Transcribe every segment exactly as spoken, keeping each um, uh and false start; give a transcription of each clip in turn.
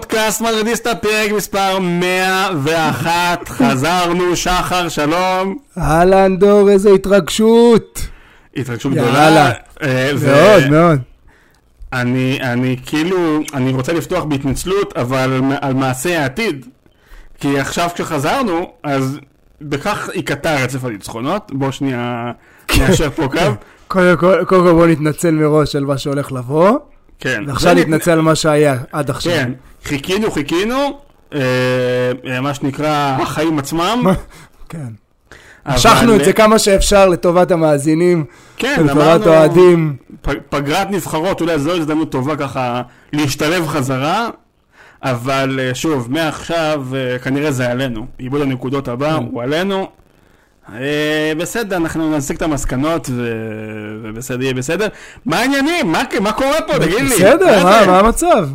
פודקאסט מדרידיסטה, פרק מספר מאה ואחת. חזרנו, שחר, שלום. אהלן דור, איזו התרגשות. התרגשות גדולה. מאוד מאוד. אני, אני כאילו, אני רוצה לפתוח בהתנצלות, אבל על מעשה העתיד. כי עכשיו כשחזרנו, אז בכך יקטע רצף הניצחונות. בוא שנייה נאשר פה קו. קודם כל, קודם כל בוא נתנצל מראש על מה שהולך לבוא. כן. ועכשיו נתנצל על מה שהיה עד עכשיו. כן, חיכינו, חיכינו, אה, מה שנקרא החיים עצמם. כן. המשכנו את זה כמה שאפשר לטובת המאזינים. כן, לטובת אוהדים. פגרת נבחרות, אולי זו הזדמנות טובה ככה להשתלב חזרה, אבל שוב, מעכשיו כנראה זה עלינו. עיבוד הנקודות הבא הוא עלינו. בסדר, אנחנו נסיק את המסקנות ובסדר, יהיה בסדר. מה העניינים? מה קורה פה? תגיד לי. בסדר, מה המצב?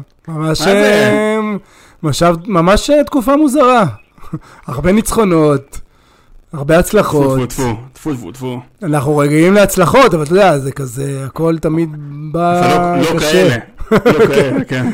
ממש תקופה מוזרה. הרבה ניצחונות, הרבה הצלחות. טפו, טפו, טפו, טפו. אנחנו רגילים להצלחות, אבל אתה יודע, זה כזה, הכל תמיד בא קשה. לא כאלה, כן.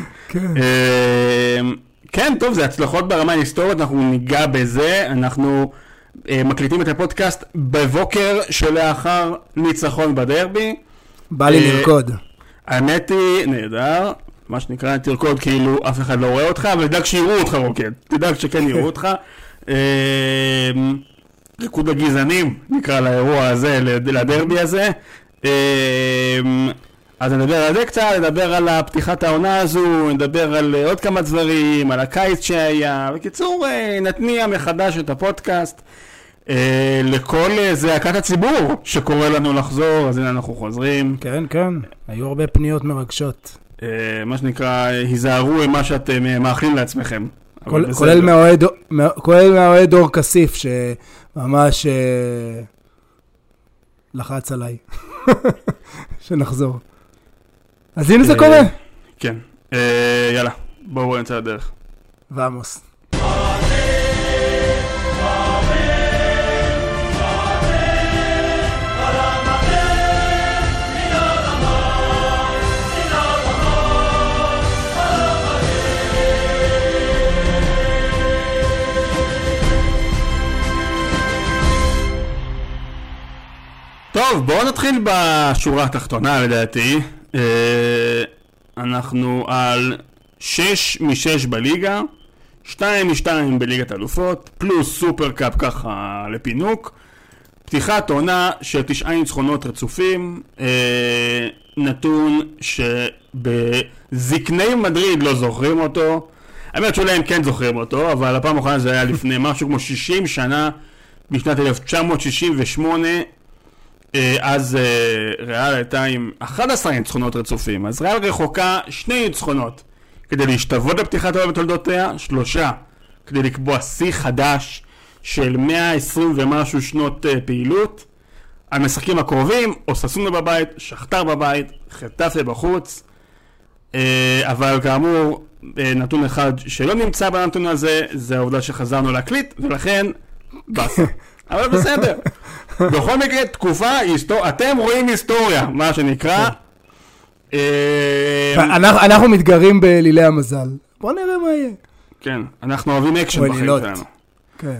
כן, טוב, זה הצלחות ברמה ההיסטורית, אנחנו ניגע בזה, אנחנו מקליטים את הפודקאסט בבוקר שלאחר ניצחון בדרבי. בא לי לרקוד. האמת היא, נהדר, מה שנקרא, תרקוד כאילו אף אחד לא רואה אותך, אבל תדאג שיראו אותך רוקד, תדאג שכן יראו אותך. ריקוד הגזענים, נקרא לאירוע הזה, לדרבי הזה. אז נדבר על זה קצת, נדבר על הפתיחת העונה הזו, נדבר על עוד כמה דברים, על הקיץ שהיה. בקיצור, נתניע מחדש את הפודקאסט לכל זעקת הציבור שקורא לנו לחזור, אז הנה אנחנו חוזרים. כן, כן, היו הרבה פניות מרגשות. מה שנקרא, היזהרו עם מה שאתם מאחלים לעצמכם. כולל מהאוהד דור כסיף, שממש לחץ עליי, שנחזור. אז הנה זה קורה. כן, יאללה, בואו נצא לדרך. ועמוס. טוב, בואו נתחיל בשורה התחתונה לדעתי. אנחנו על שש משש בליגה, שתיים משתיים בליגת אלופות, פלוס סופר קאפ ככה לפינוק. פתיחת עונה של תשעה ניצחונות רצופים, נתון שבזקני מדריד לא זוכרים אותו. האמת שאולי הם כן זוכרים אותו, אבל הפעם האחרונה זה היה לפני משהו כמו שישים שנה, בשנת אלף תשע מאות שישים ושמונה. אז ריאל הייתה עם אחד עשר ניצחונות רצופים, אז ריאל רחוקה שני ניצחונות כדי להשתוות לפתיחת העונה בתולדותיה, שלושה כדי לקבוע שיא חדש של מאה ועשרים ומשהו שנות פעילות. המשחקים הקרובים, אוססונה בבית, שכתר בבית, חטאפה בחוץ, אבל כאמור נתון אחד שלא נמצא בנתון הזה זה העובדה שחזרנו להקליט, ולכן בסה. אבל בסדר. בכל מקרה, תקופה, אתם רואים היסטוריה, מה שנקרא. אנחנו מתגרים בלילי המזל. בוא נראה מה יהיה. כן, אנחנו אוהבים אקשן בחיים שלנו. כן.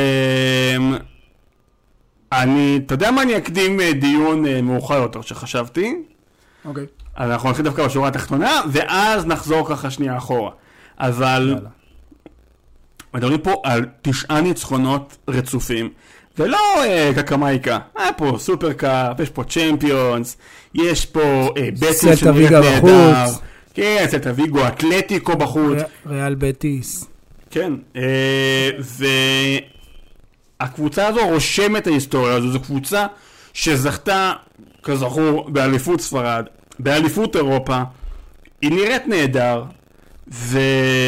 אני, אתה יודע מה, אני אקדים דיון מאוחר יותר שחשבתי. אוקיי. אז אנחנו נתחיל דווקא בשורה התחתונה, ואז נחזור ככה שנייה אחורה. אבל מדברים פה על תשעה ניצחונות רצופים. ולא אה, קקמייקה, היה פה סופר קאפ, יש פה צ'מפיונס, יש פה אה, בטיס שנראית נהדר. כן, סלטה ויגו, אתלטיקו בחוץ. ריאל בטיס. כן, אה, והקבוצה הזו רושמת ההיסטוריה הזו, זו קבוצה שזכתה, כזכור, באליפות ספרד, באליפות אירופה, היא נראית נהדר, ו...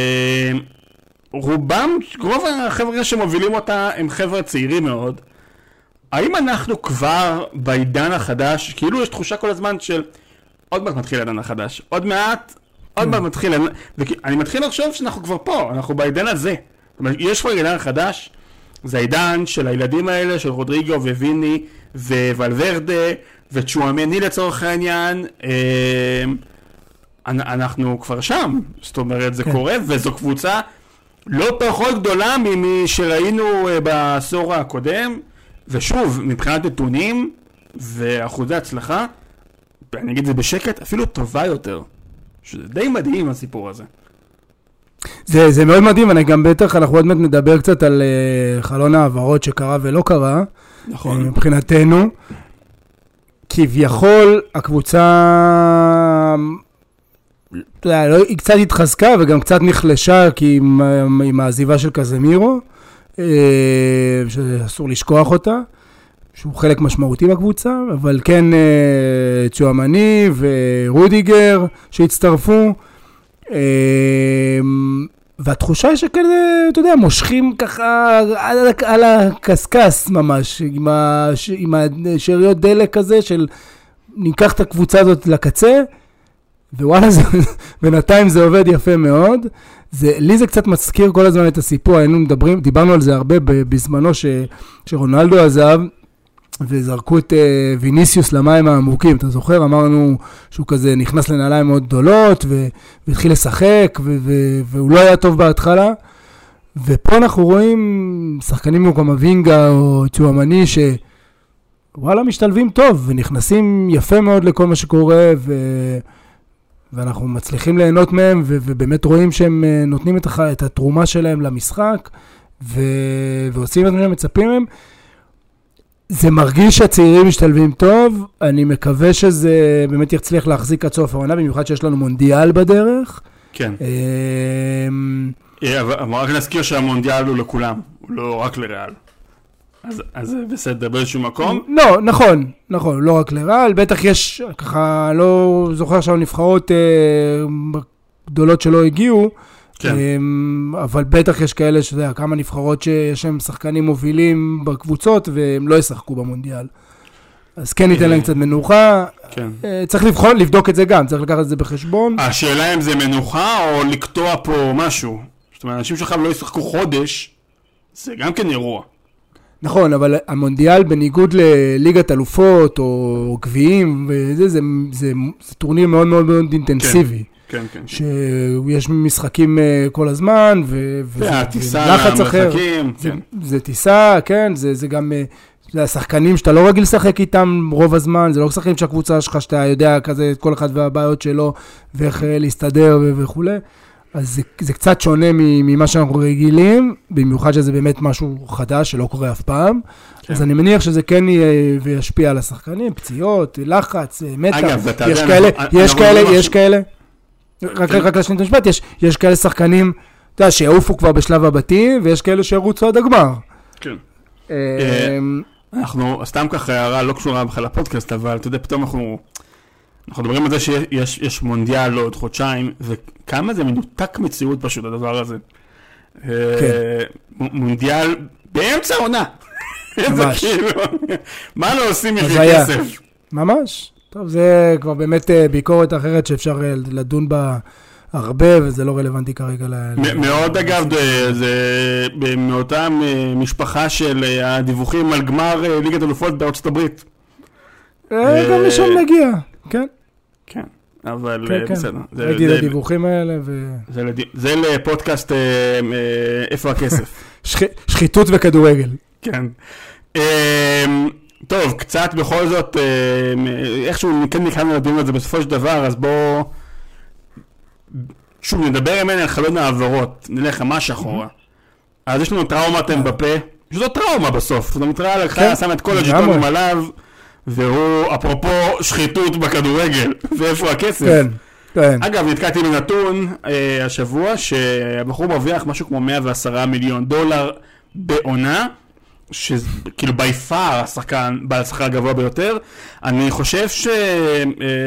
רובם, רוב החבר'ה שמובילים אותה הם חבר'ה צעירים מאוד. האם אנחנו כבר בעידן החדש, כאילו יש תחושה כל הזמן של עוד מעט מתחיל העידן החדש, עוד מעט, עוד מעט מתחיל, ואני מתחיל לחשוב שאנחנו כבר פה, אנחנו בעידן הזה. זאת אומרת, יש כבר עידן חדש, זה העידן של הילדים האלה, של רודריגו וויני ווולברדה וצ'ואמני לצורך העניין. אנחנו כבר שם, זאת אומרת זה קורה, וזו קבוצה לא פחות גדולה ממי שראינו בעשור הקודם, ושוב, מבחינת נתונים ואחוזי הצלחה, אני אגיד זה בשקט, אפילו טובה יותר, שזה די מדהים הסיפור הזה. זה, זה מאוד מדהים, אני גם בטח, אנחנו עוד מעט נדבר קצת על uh, חלון העברות שקרה ולא קרה, נכון. מבחינתנו, כביכול הקבוצה, אתה יודע, לא, היא קצת התחזקה וגם קצת נחלשה, כי עם, עם העזיבה של קזמירו, uh, שאסור לשכוח אותה, שהוא חלק משמעותי בקבוצה, אבל כן uh, צ'ואמני ורודיגר שהצטרפו, והתחושה היא שכאלה, אתה יודע, מושכים ככה על, על הקסקס ממש, עם, הש, עם השאריות דלק כזה של ניקח את הקבוצה הזאת לקצה, ווואלה, זה, בינתיים זה עובד יפה מאוד. זה, לי זה קצת מזכיר כל הזמן את הסיפור, היינו מדברים, דיברנו על זה הרבה בזמנו ש, שרונלדו עזב, וזרקו את uh, ויניסיוס למים העמוקים, אתה זוכר? אמרנו שהוא כזה נכנס לנעליים מאוד גדולות, ו- והתחיל לשחק, ו- ו- והוא לא היה טוב בהתחלה, ופה אנחנו רואים שחקנים כמו קמבינגה או צ'ואמני, שוואלה משתלבים טוב, ונכנסים יפה מאוד לכל מה שקורה, ו- ואנחנו מצליחים ליהנות מהם, ו- ובאמת רואים שהם נותנים את, הח- את התרומה שלהם למשחק, ו- ועושים את מה שהם מצפים מהם. זה מרגיש שהצעירים משתלבים טוב, אני מקווה שזה באמת יצליח להחזיק עד סוף העונה, במיוחד שיש לנו מונדיאל בדרך. כן. אבל רק נזכיר שהמונדיאל הוא לכולם, הוא לא רק לריאל. אז זה בסדר באיזשהו מקום? לא, נכון, נכון, לא רק לריאל, בטח יש, ככה, לא זוכר עכשיו נבחרות גדולות שלא הגיעו, כן. אבל בטח יש כאלה שזה כמה נבחרות שיש להם שחקנים מובילים בקבוצות והם לא ישחקו במונדיאל. אז כן ניתן להם קצת מנוחה. כן. צריך לבחון, לבדוק את זה גם, צריך לקחת את זה בחשבון. השאלה אם זה מנוחה או לקטוע פה משהו. זאת אומרת, אנשים שלך לא ישחקו חודש, זה גם כן אירוע. נכון, אבל המונדיאל בניגוד לליגת אלופות או גביעים, וזה, זה, זה, זה טורניר מאוד מאוד מאוד אינטנסיבי. כן, כן. שיש משחקים כל הזמן, ולחץ אחר. זה טיסה, כן, זה גם, זה השחקנים שאתה לא רגיל לשחק איתם רוב הזמן, זה לא שחקנים שהקבוצה שלך, שאתה יודע כזה, כל אחד והבעיות שלו, ואיך להסתדר וכו'. אז זה קצת שונה ממה שאנחנו רגילים, במיוחד שזה באמת משהו חדש שלא קורה אף פעם. אז אני מניח שזה כן יהיה וישפיע על השחקנים, פציעות, לחץ, מתח. יש כאלה, יש כאלה, יש כאלה. רק, רק לשני את המשפט, יש, יש כאלה שחקנים, אתה יודע, שיעופו כבר בשלב הבתים, ויש כאלה שירוצו עד הגמר. כן. אנחנו, סתם ככה הערה לא קשורה בכלל לפודקאסט, אבל אתה יודע, פתאום אנחנו, אנחנו מדברים על זה שיש יש מונדיאל לא עוד חודשיים, וכמה זה מנותק מציאות פשוט, הדבר הזה. מונדיאל באמצע עונה. ממש. מה לא עושים בשביל כסף? ממש. טוב, זה כבר באמת ביקורת אחרת שאפשר לדון בה הרבה, וזה לא רלוונטי כרגע. מאוד אגב, זה מאותה משפחה של הדיווחים על גמר ליגת אלופות בארצות הברית. גם משם נגיע, כן. כן, אבל בסדר. נגיד הדיווחים האלה. זה לפודקאסט איפה הכסף. שחיתות וכדורגל. כן. טוב, קצת בכל זאת, איכשהו כן נקרא לדון על זה בסופו של דבר, אז בואו, שוב, נדבר ממני על חלון העברות, נלך ממש אחורה. אז יש לנו טראומת בפה, שזו טראומה בסוף, זאת אומרת, לקחה, שם את כל הג'יטונים עליו, והוא, אפרופו שחיתות בכדורגל, ואיפה הכסף. כן, כן. אגב, נתקעתי בנתון השבוע, שהבחור מרוויח משהו כמו מאה ועשרה מיליון דולר בעונה, שכאילו ביפר השחקן בעל שכר הגבוה ביותר. אני חושב שזה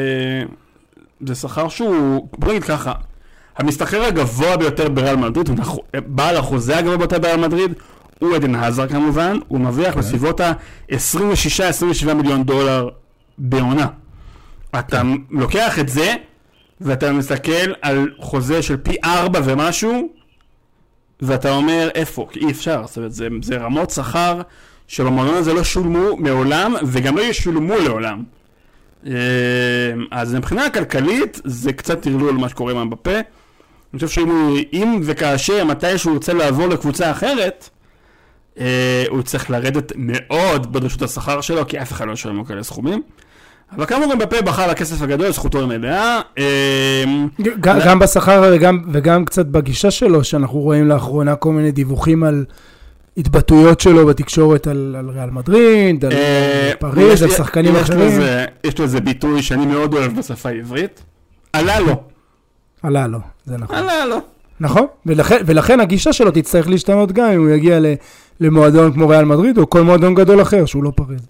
שכר שהוא, בוא נגיד ככה, המשתכר הגבוה ביותר בריאל מדריד, בעל החוזה הגבוה ביותר בריאל מדריד, הוא עדן הזר כמובן, הוא מרוויח בסביבות ה-עשרים ושישה עשרים ושבעה מיליון דולר בעונה. אתה לוקח את זה, ואתה מסתכל על חוזה של פי ארבע ומשהו, ואתה אומר איפה, כי אי אפשר, זאת אומרת, זה, זה רמות שכר שבמועדון הזה לא שולמו מעולם, וגם לא ישולמו לעולם. אז מבחינה כלכלית, זה קצת תרלול מה שקורה עם אמבפה. אני חושב שאם וכאשר, מתי שהוא רוצה לעבור לקבוצה אחרת, הוא צריך לרדת מאוד בדרישות השכר שלו, כי אף אחד לא ישלם לו כאלה סכומים. אבל כאמור אמבפה בחר לכסף הגדול, זכותו היא מלאה. גם בשכר וגם קצת בגישה שלו, שאנחנו רואים לאחרונה כל מיני דיווחים על התבטאויות שלו בתקשורת על ריאל מדריד, על פריז, על שחקנים אחרים. יש לו איזה ביטוי שאני מאוד אוהב בשפה העברית. עלה לו. עלה לו, זה נכון. עלה לו. נכון, ולכן הגישה שלו תצטרך להשתנות גם אם הוא יגיע למועדון כמו ריאל מדריד, או כל מועדון גדול אחר שהוא לא פריז.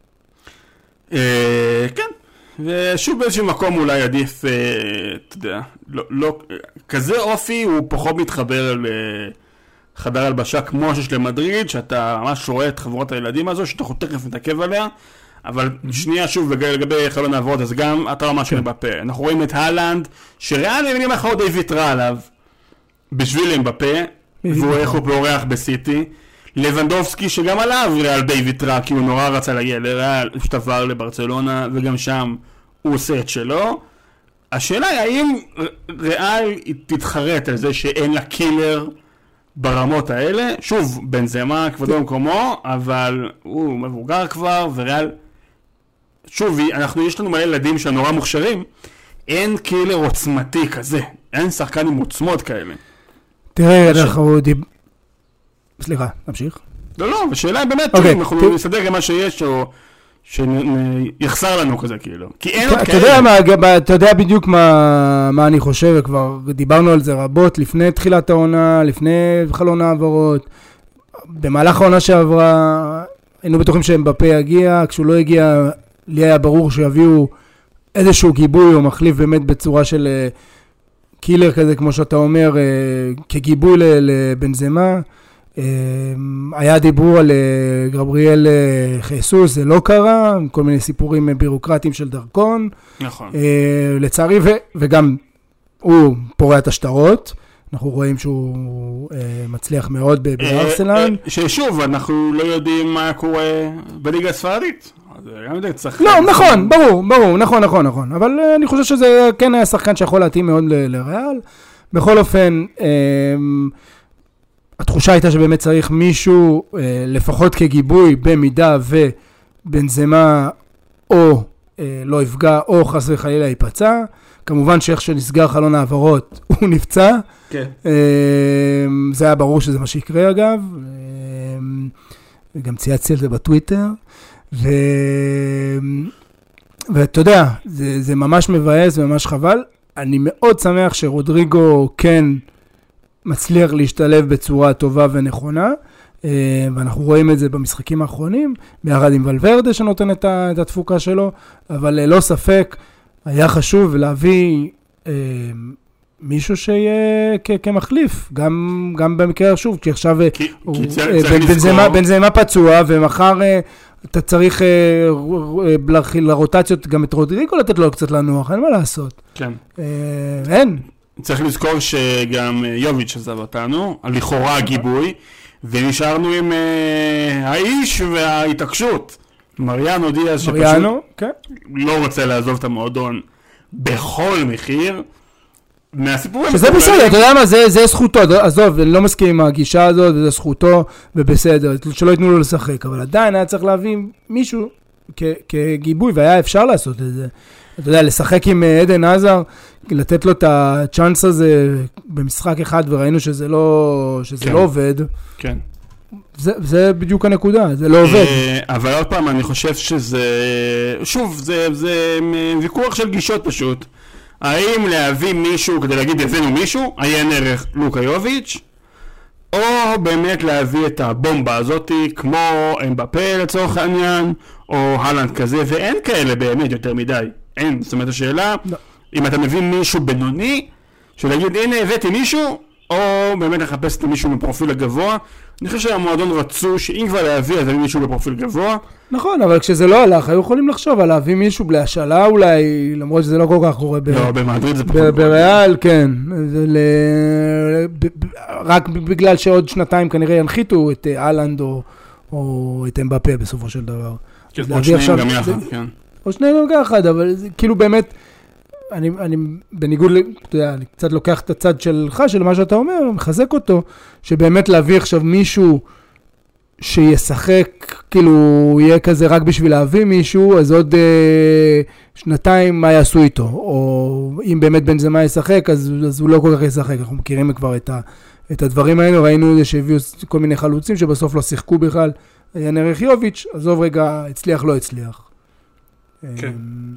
כן, ושוב באיזשהו מקום אולי עדיף, אתה יודע, כזה אופי הוא פחות מתחבר לחדר הלבשה כמו שיש למדריד, שאתה ממש רואה את חברות הילדים הזו, שאתה תכף מתעכב עליה, אבל שנייה שוב לגבי חלון העברות, אז גם אתה ממש אמבפה. אנחנו רואים את הלנד, שריאל ימינים אחרות די ויתרה עליו, בשביל אמבפה, והוא איך הוא פורח בסיטי, לבנדובסקי שגם עליו ריאל די ויתרה, כי הוא נורא רצה להגיע לריאל, שתעבר לברצלונה, וגם שם הוא עושה את שלו. השאלה היא, האם ריאל תתחרט על זה שאין לה קילר ברמות האלה? שוב, בנזמה כבודו במקומו, אבל הוא מבוגר כבר, וריאל, שוב, אנחנו, יש לנו מלא ילדים שנורא מוכשרים, אין קילר עוצמתי כזה, אין שחקן עם עוצמות כאלה. תראה, אנחנו דיב... סליחה, נמשיך. לא, לא, השאלה היא באמת, okay, אנחנו נסדר גם מה שיש, או שיחסר לנו כזה, כאילו. כי אין עוד כאלה. אתה יודע בדיוק מה, מה אני חושב, וכבר דיברנו על זה רבות, לפני תחילת העונה, לפני חלון העברות, במהלך העונה שעברה, היינו בטוחים שאמבפה יגיע, כשהוא לא הגיע, לי היה ברור שיביאו איזשהו גיבוי, או מחליף באמת בצורה של קילר כזה, כמו שאתה אומר, כגיבוי לבנזמה, היה דיבור על גבריאל חיסוס, זה לא קרה, כל מיני סיפורים בירוקרטיים של דרכון. נכון. לצערי, וגם הוא פורע את השטרות, אנחנו רואים שהוא מצליח מאוד בארסנל. ששוב, אנחנו לא יודעים מה קורה בליגה הספרדית. לא, נכון, ברור, ברור, נכון, נכון, נכון. אבל אני חושב שזה כן היה שחקן שיכול להתאים מאוד לריאל. בכל אופן, התחושה הייתה שבאמת צריך מישהו, לפחות כגיבוי, במידה ובנזמה או לא יפגע, או חס וחלילה ייפצע. כמובן שאיך שנסגר חלון העברות, הוא נפצע. כן. זה היה ברור שזה מה שיקרה אגב. וגם צייצתי על זה בטוויטר. ו... ואתה יודע, זה, זה ממש מבאס וממש חבל. אני מאוד שמח שרודריגו כן מצליח להשתלב בצורה טובה ונכונה, ואנחנו רואים את זה במשחקים האחרונים, ביחד עם ולוורדה שנותן את, ה, את התפוקה שלו, אבל ללא ספק היה חשוב להביא אה, מישהו שיהיה כ- כמחליף, גם, גם במקרה שוב, כי עכשיו כי, הוא, כי צריך, צריך בן, זמה, בן זמה פצוע, ומחר אה, אתה צריך אה, אה, לרוטציות גם את רודריגו לתת לו קצת לנוח, אין מה לעשות. כן. אה, אין. צריך לזכור שגם יוביץ' עזב אותנו, על לכאורה הגיבוי, ונשארנו עם אה, האיש וההתעקשות. מריאנו דיאז שפשוט כן. לא רוצה לעזוב את המועדון בכל מחיר. מהסיפורים... שזה בסדר, אתה יודע מה, זה, זה זכותו, עזוב, אני לא מסכים עם הגישה הזאת, וזה זכותו, ובסדר, שלא ייתנו לו לשחק, אבל עדיין היה צריך להביא מישהו כ, כגיבוי, והיה אפשר לעשות את זה. אתה יודע, לשחק עם עדן עזר, לתת לו את הצ'אנס הזה במשחק אחד, וראינו שזה לא, שזה כן. לא עובד. כן. זה, זה בדיוק הנקודה, זה לא עובד. אבל עוד פעם, אני חושב שזה, שוב, זה, זה ויכוח של גישות פשוט. האם להביא מישהו, כדי להגיד הבאנו מישהו, עיין ערך לוקה יוביץ', או באמת להביא את הבומבה הזאת, כמו אמבפה לצורך העניין, או הלנד כזה, ואין כאלה באמת יותר מדי. אין, זאת אומרת השאלה, לא. אם אתה מביא מישהו בינוני, שלהגיד הנה הבאתי מישהו, או באמת לחפש את מישהו בפרופיל הגבוה. אני חושב שהמועדון רצו שאם כבר להביא, אז להביא מישהו בפרופיל גבוה. נכון, אבל כשזה לא הלך, היו יכולים לחשוב על להביא מישהו בלי השאלה אולי, למרות שזה לא כל כך קורה. לא, במדריד זה פחות. בריאל, כן. רק בגלל שעוד שנתיים כנראה ינחיתו את הלנד או את אמבפה בסופו של דבר. עוד שניים גם יחד, כן. או שניהם גם אחד, אבל זה כאילו באמת, אני, אני בניגוד, אתה יודע, אני קצת לוקח את הצד שלך, של מה שאתה אומר, מחזק אותו, שבאמת להביא עכשיו מישהו שישחק, כאילו יהיה כזה רק בשביל להביא מישהו, אז עוד אה, שנתיים מה יעשו איתו, או אם באמת בן זמה ישחק, אז, אז הוא לא כל כך ישחק, אנחנו מכירים כבר את, ה, את הדברים האלו, ראינו שהביאו כל מיני חלוצים שבסוף לא שיחקו בכלל, ינר יחיוביץ', עזוב רגע, הצליח לא הצליח. כן.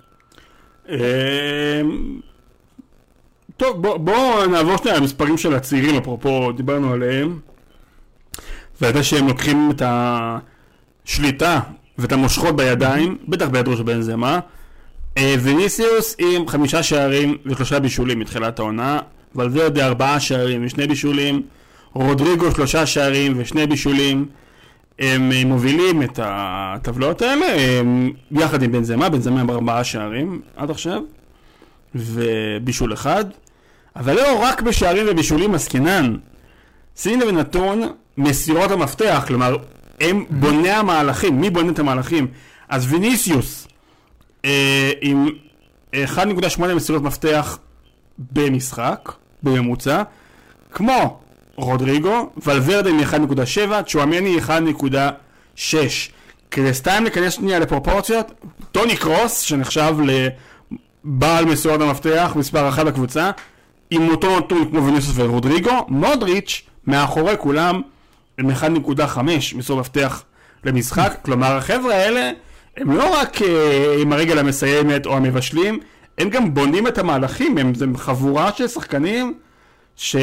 טוב, בואו נעבור שנייה המספרים של הצעירים, אפרופו דיברנו עליהם, ואתה שהם לוקחים את השליטה ואת המושכות בידיים, בטח בידרו של בן זמה. ויניסיוס עם חמישה שערים ושלושה בישולים מתחילת העונה, ולוורדה ארבעה שערים ושני בישולים, רודריגו שלושה שערים ושני בישולים. הם מובילים את הטבלאות האלה יחד עם בן זמה, בן זמה עם ארבעה שערים עד עכשיו ובישול אחד, אבל לא רק בשערים ובישולים עסקינן. שימי לב נתון מסירות המפתח, כלומר הם בוני המהלכים. מי בונה את המהלכים? אז ויניסיוס אה, עם אחת נקודה שמונה מסירות מפתח במשחק בממוצע, כמו רודריגו, ולוורדה עם אחת נקודה שבע, צ'ואמני אחת נקודה שש. כדי סתם להיכנס שנייה לפרופורציות, טוני קרוס, שנחשב לבעל מסירות המפתח, מספר אחת בקבוצה, עם אותו נתון כמו ויניסיוס ורודריגו, מודריץ' מאחורי כולם עם אחת נקודה חמש מסירות מפתח למשחק. כלומר, החבר'ה האלה הם לא רק עם הרגל המסיימת או המבשלים, הם גם בונים את המהלכים, הם, הם חבורה של שחקנים שהם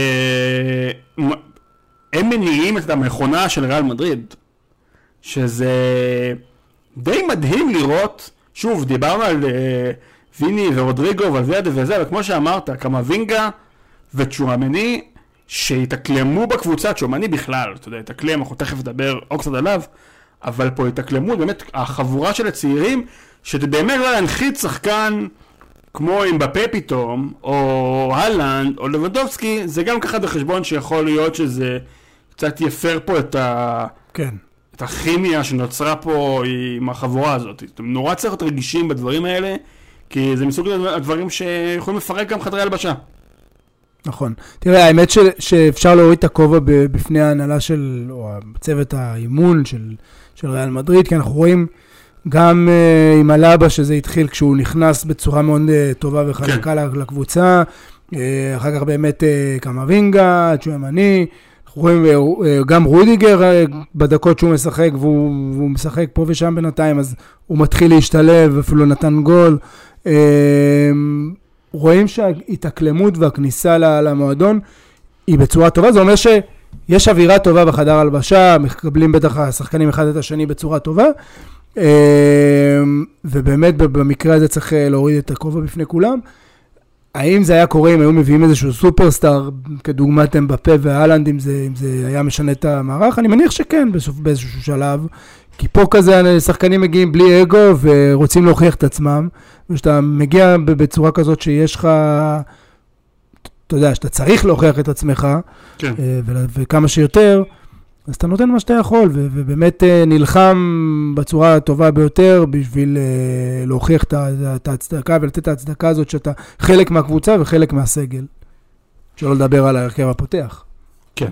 מניעים את המכונה של ריאל מדריד, שזה די מדהים לראות. שוב, דיברנו על uh, ויני ורודריגו ולוורדה וזה, וכמו שאמרת, קמבינגה וצ'ואמני שהתאקלמו בקבוצה. צ'ואמני בכלל, אתה יודע, התאקלם, אנחנו תכף נדבר או קצת עליו, אבל פה התאקלמו באמת החבורה של הצעירים, שבאמת לא להנחית שחקן כמו עם בפה פתאום, או הלנד, או לבנדובסקי, זה גם ככה בחשבון שיכול להיות שזה קצת יפר פה את, ה... כן. את הכימיה שנוצרה פה עם החבורה הזאת. אתם נורא צריך להיות רגישים בדברים האלה, כי זה מסוג הדברים שיכולים לפרק גם חדרי הלבשה. נכון. תראה, האמת ש... שאפשר להוריד את הכובע בפני ההנהלה של, או צוות האימון של, של ריאל מדריד, כי אנחנו רואים גם uh, עם הלאבה שזה התחיל כשהוא נכנס בצורה מאוד uh, טובה וחלקה כן. לקבוצה, uh, אחר כך באמת uh, קמבינגה, צ'ואמני, אנחנו רואים uh, גם רודיגר uh, בדקות שהוא משחק, והוא, והוא משחק פה ושם בינתיים, אז הוא מתחיל להשתלב, אפילו נתן גול. Uh, רואים שההתאקלמות והכניסה למועדון היא בצורה טובה, זה אומר שיש אווירה טובה בחדר הלבשה, מקבלים בטח השחקנים אחד את השני בצורה טובה, ובאמת במקרה הזה צריך להוריד את הכובע בפני כולם. האם זה היה קורה אם היו מביאים איזשהו סופרסטאר כדוגמת אמבפה והלנד, אם זה, אם זה היה משנה את המערך? אני מניח שכן בסוף, באיזשהו שלב, כי פה כזה שחקנים מגיעים בלי אגו ורוצים להוכיח את עצמם, ושאתה מגיע בצורה כזאת שיש לך, אתה יודע, שאתה צריך להוכיח את עצמך, כן. וכמה שיותר, אז אתה נותן מה שאתה יכול, ובאמת נלחם בצורה הטובה ביותר בשביל להוכיח את ההצדקה ולתת את ההצדקה הזאת שאתה חלק מהקבוצה וחלק מהסגל. שלא לדבר על ההרכב הפותח. כן.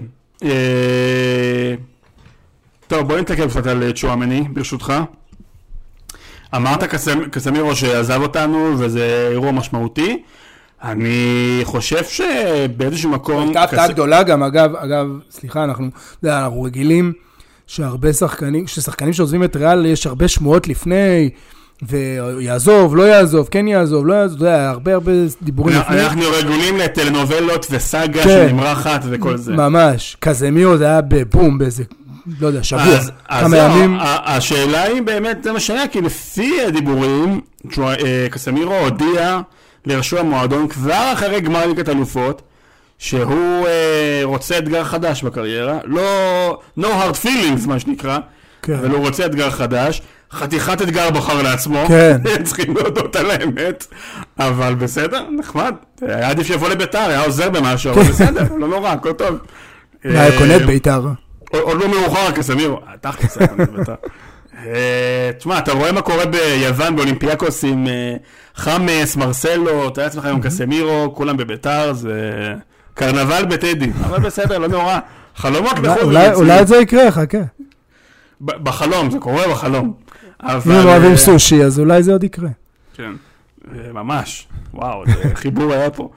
טוב, בואי נתקל קצת על צ'ואמני, ברשותך. אמרת קסמירו שעזב אותנו, וזה אירוע משמעותי. אני חושב שבאיזשהו מקום... הייתה הפתעה גדולה גם, אגב, אגב, סליחה, אנחנו, אנחנו רגילים שהרבה שחקנים, ששחקנים שעוזבים את ריאל, יש הרבה שמועות לפני, ויעזוב, לא יעזוב, כן יעזוב, לא יעזוב, אתה יודע, הרבה הרבה דיבורים לפני. אנחנו רגילים לטלנובלות וסאגה שנמרחת וכל זה. ממש, קסמירו זה היה בבום, באיזה... לא יודע, שבוע, אז, כמה אז ימים. השאלה היא באמת, זה משנה, כי לפי הדיבורים, קסמירו הודיע לרשו המועדון כבר אחרי גמר ליגת אלופות, שהוא רוצה אתגר חדש בקריירה, לא, no hard feelings מה שנקרא, כן. אבל הוא רוצה אתגר חדש, חתיכת אתגר בוחר לעצמו, כן. צריכים להודות על האמת, אבל בסדר, נחמד, היה עדיף שיבוא לביתר, היה עוזר במשהו, אבל בסדר, לא נורא, הכל טוב. היה קונה את ביתר. עוד לא מאוחר, קסמירו, תכלס, תשמע, אתה רואה מה קורה ביוון, באולימפיאקוס עם חמאס, מרסלו, אתה עצמך עם קסמירו, כולם בביתר, זה קרנבל בטדי, אבל בסדר, לא נורא. חלומות בחו"ל. אולי זה יקרה, חכה. בחלום, זה קורה בחלום. אם הם אוהבים סושי, אז אולי זה עוד יקרה. כן, ממש. וואו, חיבור היה פה.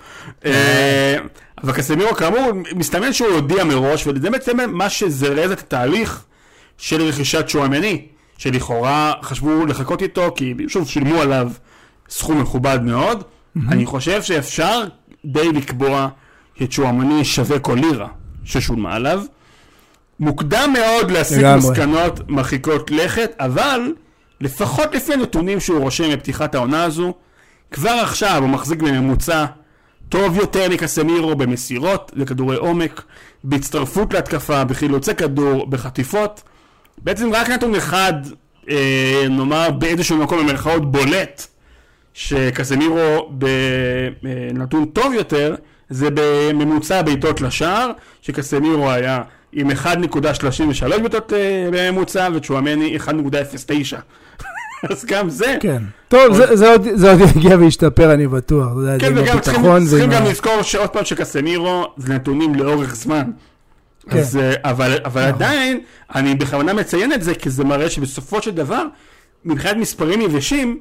אבל קסמירו, כאמור, מסתמן שהוא הודיע מראש, וזה בעצם מה שזרז את התהליך של רכישת שואמני, שלכאורה חשבו לחכות איתו, כי שוב שילמו עליו סכום מכובד מאוד. אני חושב שאפשר די לקבוע ששואמני שווה כל לירה ששולמה עליו. מוקדם מאוד להסיק מסקנות מרחיקות לכת, אבל לפחות לפי הנתונים שהוא רושם בפתיחת העונה הזו, כבר עכשיו הוא מחזיק בממוצע טוב יותר מקסמירו במסירות לכדורי עומק, בהצטרפות להתקפה, בחילוצי כדור, בחטיפות. בעצם רק נתון אחד, אה, נאמר באיזשהו מקום במרכאות בולט, שקסמירו בנתון טוב יותר, זה בממוצע בעיטות לשער, שקסמירו היה עם אחת נקודה שלושים ושלוש בעיטות אה, בממוצע, וצ'ואמני אחת נקודה אפס תשע. אז גם זה. כן. טוב, זה, זה, עוד, זה עוד יגיע וישתפר, אני בטוח. כן, וגם צריכים, צריכים גם לזכור שעוד פעם שקסמירו זה נתונים לאורך זמן. כן. אז, אבל, אבל עדיין, אני בכוונה מציין את זה, כי זה מראה שבסופו של דבר, מבחינת מספרים יבשים,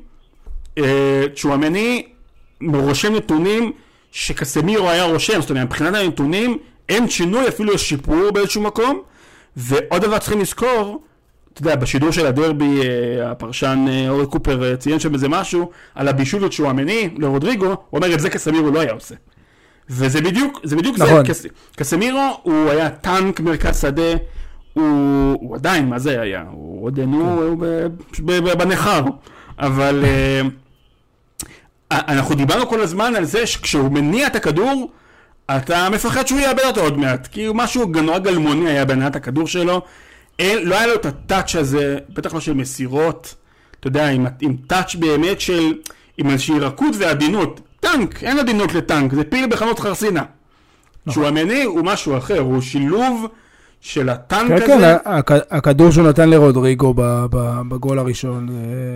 צ'ואמני רושם נתונים שקסמירו היה רושם. זאת אומרת, מבחינת הנתונים, אין שינוי, אפילו יש שיפור באיזשהו מקום. ועוד דבר צריכים לזכור, אתה יודע, בשידור של הדרבי, הפרשן אורי קופר ציין שם איזה משהו, על הבישול של צ'ואמני לרודריגו, הוא אומר, את זה קסמירו לא היה עושה. וזה בדיוק, זה בדיוק נכון. זה. קס, קסמירו הוא היה טנק מרכז שדה, הוא, הוא עדיין, מה זה היה? הוא עודנו כן. בנחר. אבל אנחנו דיברנו כל הזמן על זה שכשהוא מניע את הכדור, אתה מפחד שהוא יאבד אותו עוד מעט, כי משהו נורא גלמוני היה בהנעת הכדור שלו, אין, לא היה לו את הטאץ' הזה, בטח לא של מסירות, אתה יודע, עם, עם טאץ' באמת של, עם איזושהי רכות ועדינות. טנק, אין עדינות לטנק, זה פיל בחנות חרסינה. צ'ואמני הוא משהו אחר, הוא שילוב של הטנק הזה. כן, כן, הכדור שהוא נתן לרודריגו בגול הראשון,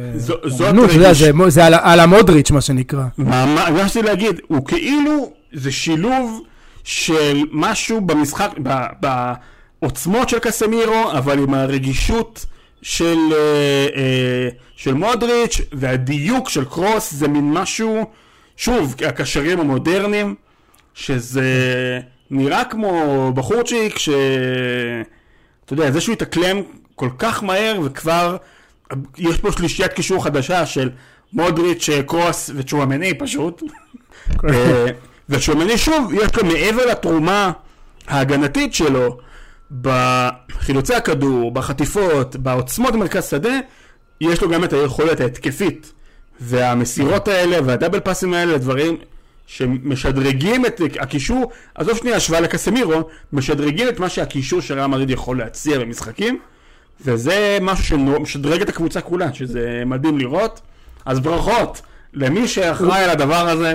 זה על המודריץ' מה שנקרא. מה רציתי להגיד, הוא כאילו, זה שילוב של משהו במשחק, בעוצמות של קסמירו, אבל עם הרגישות של של מודריץ' והדיוק של קרוס, זה מין משהו, שוב, הקשרים המודרניים, שזה נראה כמו בחורצ'יק, ש... אתה יודע, זה שהוא יתקלם כל כך מהר, וכבר יש פה שלישיית קישור חדשה של מודריץ', קרוס וצ'ואמני פשוט. וצ'ואמני שוב, יש לו מעבר לתרומה ההגנתית שלו, בחילוצי הכדור, בחטיפות, בעוצמות במרכז שדה, יש לו גם את היכולת ההתקפית. והמסירות האלה והדאבל פאסים האלה, דברים שמשדרגים את הקישור, עזוב שנייה השוואה לקסמירו, משדרגים את מה שהקישור של ריאל מדריד יכול להציע במשחקים, וזה משהו שמשדרג את הקבוצה כולה, שזה מדהים לראות. אז ברכות למי שאחראי על הדבר הזה,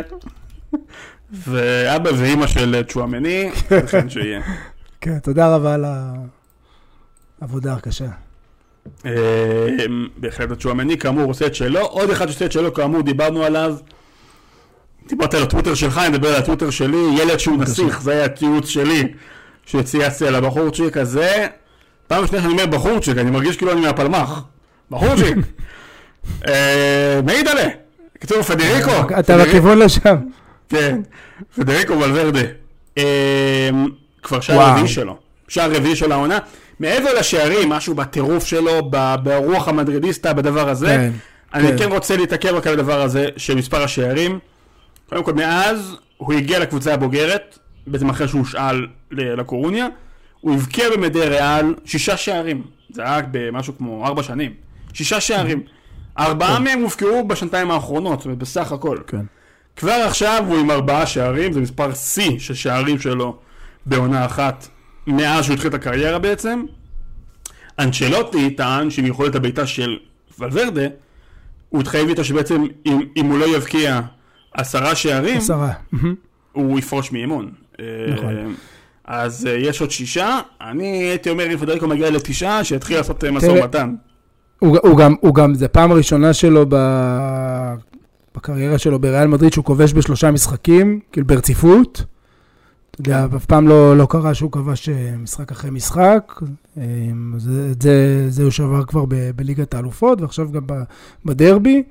ואבא ואמא של צ'ואמני, לכן שיהיה. כן, תודה רבה על העבודה הקשה. בהחלט הצ'ואמני כאמור עושה את שלו, עוד אחד שעושה את שלו כאמור דיברנו עליו, דיברת על הטוויטר שלך, אני מדבר על הטוויטר שלי, ילד שהוא נסיך, זה היה הציוץ שלי שצייצתי על הבחורצ'יק הזה. פעם שנייה שאני אומר בחורצ'יק, אני מרגיש כאילו אני מהפלמח. בחורצ'יק מעיד עליה, כתוב פדריקו, אתה בכיוון לשם. כן, פדריקו ולוורדה, כבר שער רביעי שלו, שער רביעי של העונה, מעבר לשערים, משהו בטירוף שלו, ברוח המדרידיסטה, בדבר הזה, כן, אני כן. כן רוצה להתעכב רק על הדבר הזה של מספר השערים. קודם כל, מאז הוא הגיע לקבוצה הבוגרת, בעצם אחרי שהוא שאל לקורוניה, הוא הבקיע במדי ריאל שישה שערים, זה היה רק במשהו כמו ארבע שנים, שישה שערים, ארבעה מהם הופקעו בשנתיים האחרונות, זאת אומרת בסך הכל. כן. כבר עכשיו הוא עם ארבעה שערים, זה מספר C של שערים שלו בעונה אחת, מאז שהוא התחיל את הקריירה בעצם. אנצ'לוטי טען שעם יכולת הביתה של ולוורדה, הוא התחייב איתו שבעצם אם, אם הוא לא יבקיע עשרה שערים, עשרה. הוא יפרוש מאימון. נכון. אז יש עוד שישה, אני הייתי אומר אם פדריקו מגיע לתשעה, שיתחיל לעשות משא ומתן. הוא, הוא גם, הוא גם, זה פעם הראשונה שלו ב... בקריירה שלו בריאל מדריד, שהוא כובש בשלושה משחקים, כאילו ברציפות. אתה יודע, אף פעם לא, לא קרה שהוא כבש משחק אחרי משחק. זה, זה, זה הוא שבר כבר ב, בליגת האלופות, ועכשיו גם בדרבי.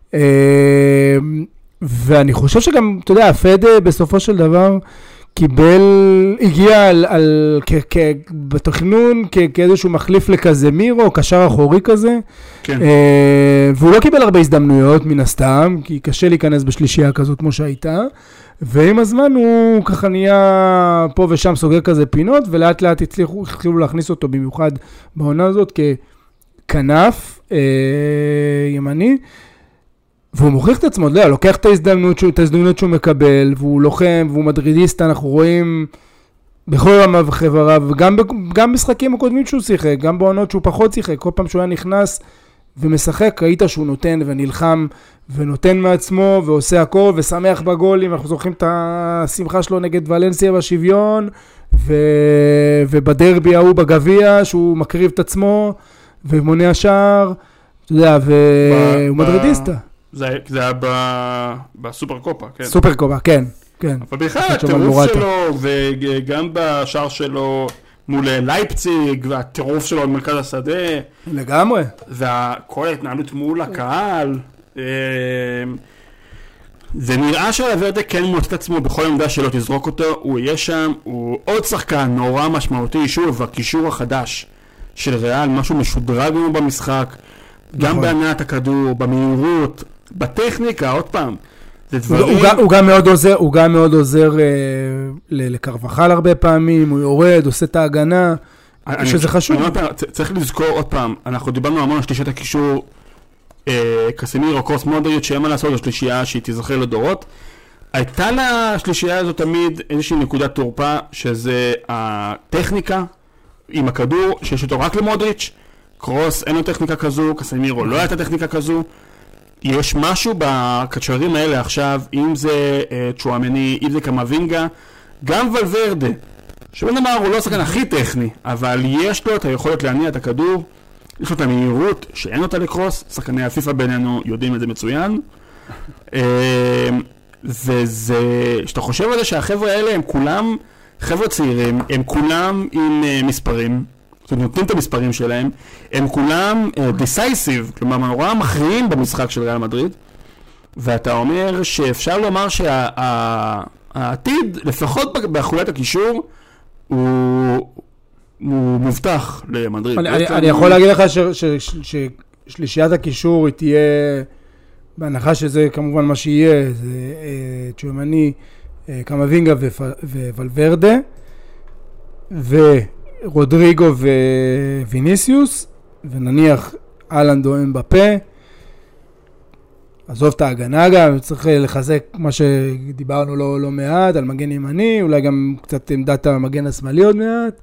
ואני חושב שגם, אתה יודע, פדה בסופו של דבר קיבל, הגיע על, על, כ, כ, בתכנון כ, כאיזשהו מחליף לקזמירו, קשר אחורי כזה. כן. והוא לא קיבל הרבה הזדמנויות מן הסתם, כי קשה להיכנס בשלישייה כזאת כמו שהייתה. ועם הזמן הוא ככה נהיה פה ושם סוגר כזה פינות, ולאט לאט הצליחו, התחילו להכניס אותו במיוחד בעונה הזאת ככנף אה, ימני, והוא מוכיח את עצמו, לא, לוקח את ההזדמנות, את ההזדמנות שהוא מקבל, והוא לוחם, והוא מדרידיסט, אנחנו רואים בכל רמה וחברה, וגם גם משחקים הקודמים שהוא שיחק, גם בעונות שהוא פחות שיחק, כל פעם שהוא היה נכנס ומשחק, ראית שהוא נותן ונלחם, ונותן מעצמו, ועושה הכל, ושמח בגולים, אנחנו זוכרים את השמחה שלו נגד ולנסיה בשוויון, ו... ובדרבי ההוא בגביע, שהוא מקריב את עצמו, ומונע שער, אתה יודע, והוא מדרידיסטה. זה היה בסופר קופה, כן. סופר קופה, כן, כן. אבל בכלל, הטירוף שלו, וגם בשער שלו מול לייפציג, והטירוף שלו במרכז השדה. לגמרי. וכל ההתנהלות מול הקהל. זה נראה שהוורדה כן מוצא את עצמו בכל עמדה שלו, תזרוק אותו, הוא יהיה שם, הוא עוד שחקן נורא משמעותי, שוב, הקישור החדש של ריאל, משהו משודרג לנו במשחק, גם בהנעת הכדור, במהירות, בטכניקה, עוד פעם. הוא גם מאוד עוזר, הוא גם מאוד עוזר לקרבחל הרבה פעמים, הוא יורד, עושה את ההגנה, שזה חשוב. צריך לזכור עוד פעם, אנחנו דיברנו המון על שלישת הקישור, קסמירו, קרוס מודריץ', שאין מה לעשות, זו שלישייה שהיא תזכר לדורות. הייתה לשלישייה הזו תמיד איזושהי נקודת תורפה, שזה הטכניקה עם הכדור, שיש אותו רק למודריץ', קרוס אין לו טכניקה כזו, קסמירו לא הייתה טכניקה כזו. יש משהו בקצ'רים האלה עכשיו, אם זה צ'ואמני, אם זה קמאבינגה, גם ולוורדה, שבן אמר הוא לא השחקן הכי טכני, אבל יש לו את היכולת להניע את הכדור, יש לו את המהירות שאין אותה לקרוס, שחקני הפיפה בינינו יודעים את זה מצוין. וזה, שאתה חושב על זה שהחבר'ה האלה הם כולם חבר'ה צעירים, הם כולם עם מספרים, זאת אומרת, נותנים את המספרים שלהם, הם כולם decisive, כלומר, נורא מכריעים במשחק של ריאל מדריד, ואתה אומר שאפשר לומר שהעתיד, לפחות בחוליית הקישור, הוא... הוא מובטח למדריד. אני, אני יכול להגיד לך ששלישיית הקישור היא תהיה, בהנחה שזה כמובן מה שיהיה, זה צ'ואמני, קמאבינגה וולוורדה, ורודריגו וויניסיוס, ונניח אהלנד או אמבפה, עזוב את ההגנה גם, צריך לחזק מה שדיברנו לא, לא מעט, על מגן ימני, אולי גם קצת עמדת המגן השמאלי עוד מעט,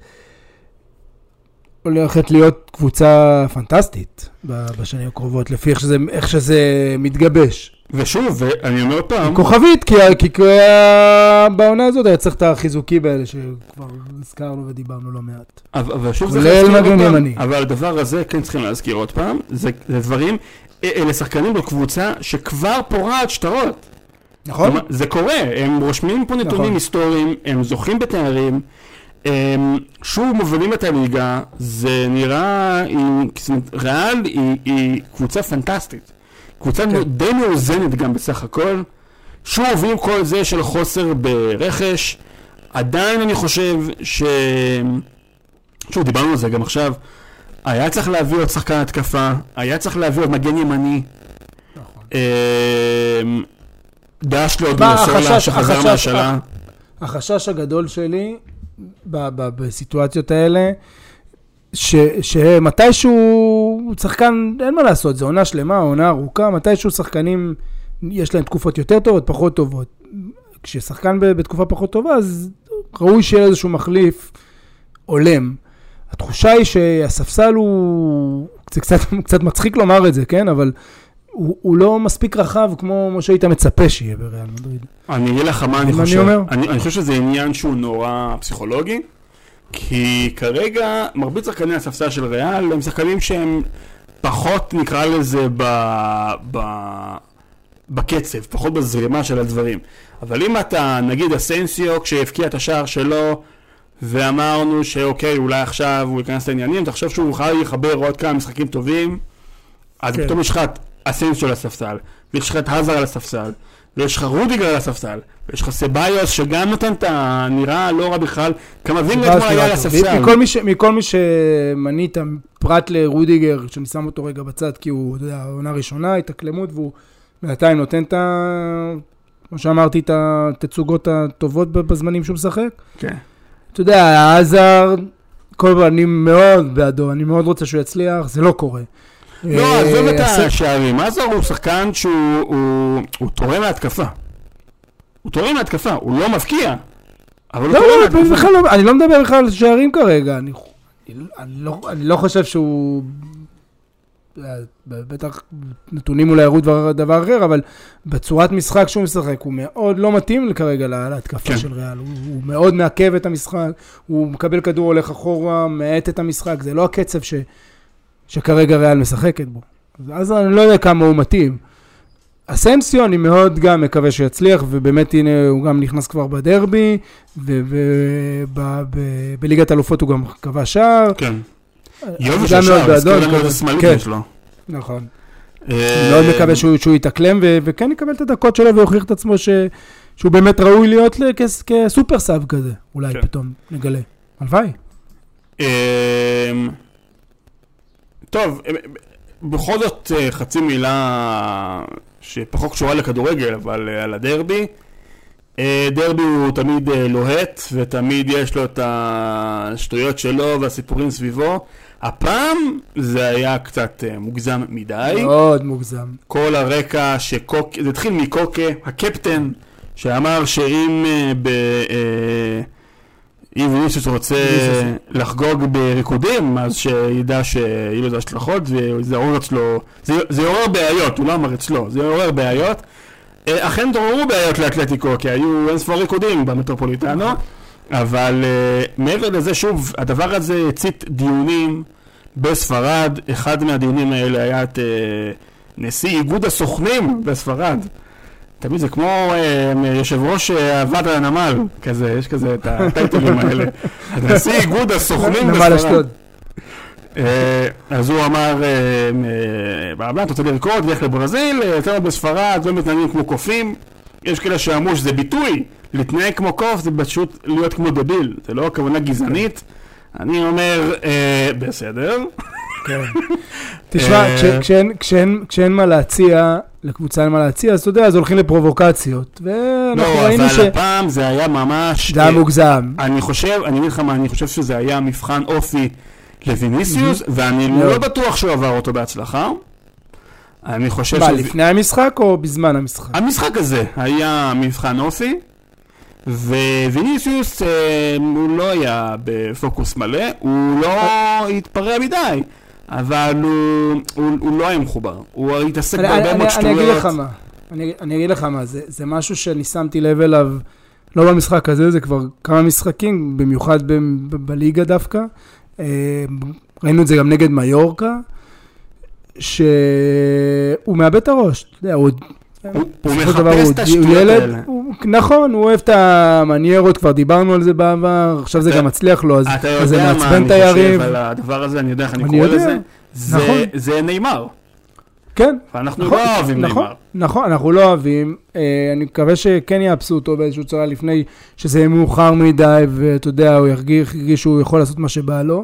הולכת להיות קבוצה פנטסטית בשנים הקרובות, לפי איך שזה, איך שזה מתגבש. ושוב, ואני אומר פעם... כוכבית, כי, כי בעונה הזאת היה צריך את החיזוקי באלה שכבר הזכרנו ודיברנו לא מעט. אבל שוב זה חזקיר עוד פעם, אבל הדבר הזה כן צריכים להזכיר עוד פעם, זה, זה דברים, אלה שחקנים בקבוצה שכבר פורעת שטרות. נכון. זה קורה, הם רושמים פה נתונים נכון. היסטוריים, הם זוכים בתארים, הם שוב מובילים את הליגה, זה נראה, ריאל היא, היא קבוצה פנטסטית. קבוצה כן. די מאוזנת גם בסך הכל. שוב, עם כל זה של חוסר ברכש, עדיין אני חושב ש... שוב, דיברנו על זה גם עכשיו, היה צריך להביא עוד שחקן התקפה, היה צריך להביא עוד מגן ימני. נכון. דש לו עוד מוסרלה שחזר מהשאלה. החשש הגדול שלי בסיטואציות האלה, שמתישהו שחקן, אין מה לעשות, זה עונה שלמה, עונה ארוכה, מתישהו שחקנים יש להם תקופות יותר טובות, פחות טובות. כששחקן בתקופה פחות טובה, אז ראוי שיהיה איזשהו מחליף עולם. התחושה היא שהספסל הוא, זה קצת, קצת מצחיק לומר את זה, כן? אבל הוא, הוא לא מספיק רחב כמו שהיית מצפה שיהיה בריאל מדריד. אני אגיד לך מה אני חושב. אני, אני, אני חושב שזה עניין שהוא נורא פסיכולוגי, כי כרגע מרבית שחקני הספסל של ריאל הם שחקנים שהם פחות נקרא לזה ב... ב... בקצב, פחות בזרימה של הדברים. אבל אם אתה, נגיד אסנסיו, כשהפקיע את השער שלו, ואמרנו שאוקיי, אולי עכשיו הוא ייכנס לעניינים, תחשוב שהוא יוכל לחבר עוד כמה משחקים טובים, אז כן. פתאום יש לך את אסנסיו על הספסל, ויש לך את הזר על הספסל, ויש לך רודיגר על הספסל, ויש לך סבאיוס שגם נותן את הנראה לא רע בכלל, כמה וינגר אתמול היה על הספסל. מכל מי, ש... מכל מי שמנית, פרט לרודיגר, שאני שם אותו רגע בצד, כי הוא, אתה יודע, העונה ראשונה, התאקלמות, והוא בינתיים נותן את ה... כמו שאמרתי, את התצוגות הטובות בזמנים שהוא משחק. כן. אתה יודע, העזר, כל פעם אני מאוד בעדו, אני מאוד רוצה שהוא יצליח, זה לא קורה. לא, עזוב את השערים. עזר הוא שחקן שהוא תורם להתקפה. הוא תורם להתקפה, הוא לא מבקיע. אבל הוא תורם להתקפה. אני לא מדבר בכלל על שערים כרגע. אני לא חושב שהוא... בטח נתונים אולי יראו דבר אחר, אבל בצורת משחק שהוא משחק, הוא מאוד לא מתאים כרגע להתקפה של ריאל. הוא מאוד מעכב את המשחק, הוא מקבל כדור, הולך אחורה, מעט את המשחק. זה לא הקצב שכרגע ריאל משחקת בו. אז אני לא יודע כמה הוא מתאים. אסנסיו, אני מאוד גם מקווה שיצליח, ובאמת הנה הוא גם נכנס כבר בדרבי, ובליגת אלופות הוא גם קבע שער. כן. יובי ששער, אז כולנו איזה שמאלית יש לו. נכון. אני מאוד מקווה שהוא יתאקלם, וכן יקבל את הדקות שלו, ויוכיח את עצמו שהוא באמת ראוי להיות כסופר סאב כזה. אולי פתאום נגלה. הלוואי. טוב, בכל זאת חצי מילה שפחות קשורה לכדורגל, אבל על הדרבי. דרבי הוא תמיד לוהט, ותמיד יש לו את השטויות שלו והסיפורים סביבו. הפעם זה היה קצת מוגזם מדי. מאוד מוגזם. כל הרקע שקוק... זה התחיל מקוקה, הקפטן, שאמר שאם ב... אם ויניסיוס רוצה לחגוג בריקודים, אז שידע שיהיו לזה השלכות, וזה יעורר אצלו... זה יעורר בעיות, הוא לא אמר אצלו, זה יעורר בעיות. אכן תעוררו בעיות לאתלטיקו, כי היו אין ספור ריקודים במטרופוליטנו, אבל מעבר לזה, שוב, הדבר הזה הצית דיונים בספרד. אחד מהדיונים האלה היה את נשיא איגוד הסוכנים בספרד. תמיד זה כמו יושב ראש הוועד על הנמל, כזה, יש כזה את הטייטלים האלה. נשיא איגוד הסוכנים בספרד. אז הוא אמר, בעבלן, אתה רוצה לרקוד, לך לברזיל, אצלנו בספרד, לא מתנהגים כמו קופים. יש כאלה שאמרו שזה ביטוי, להתנהג כמו קוף, זה פשוט להיות כמו דביל. זה לא הכוונה גזענית. אני אומר, בסדר. תשמע, כשאין מה להציע, לקבוצה אין מה להציע, אז אתה יודע, אז הולכים לפרובוקציות. לא, אבל הפעם זה היה ממש... זה היה מוגזם. אני חושב, אני אגיד לך מה, אני חושב שזה היה מבחן אופי לויניסיוס, ואני לא בטוח שהוא עבר אותו בהצלחה. אני חושב מה, לפני המשחק או בזמן המשחק? המשחק הזה היה מבחן אופי, וויניסיוס הוא לא היה בפוקוס מלא, הוא לא התפרע מדי, אבל הוא לא היה מחובר, הוא התעסק בהרבה מאוד שטויות. אני אגיד לך מה, אני אגיד לך מה, זה משהו שאני שמתי לב אליו, לא במשחק הזה, זה כבר כמה משחקים, במיוחד בליגה דווקא, ראינו את זה גם נגד מיורקה, שהוא מאבד את הראש, אתה יודע, הוא הוא מחפש את השטויות האלה. נכון, הוא אוהב את המניירות, כבר דיברנו על זה בעבר, עכשיו זה גם מצליח לו, אז זה מעצבן את היריב. אתה יודע מה אני חושב על הדבר הזה, אני יודע איך אני קורא לזה, זה ניימר. כן. ואנחנו לא אוהבים ניימר. נכון, אנחנו לא אוהבים, אני מקווה שכן יאפסו אותו באיזשהו צורה לפני שזה יהיה מאוחר מדי, ואתה יודע, הוא ירגיש שהוא יכול לעשות מה שבא לו.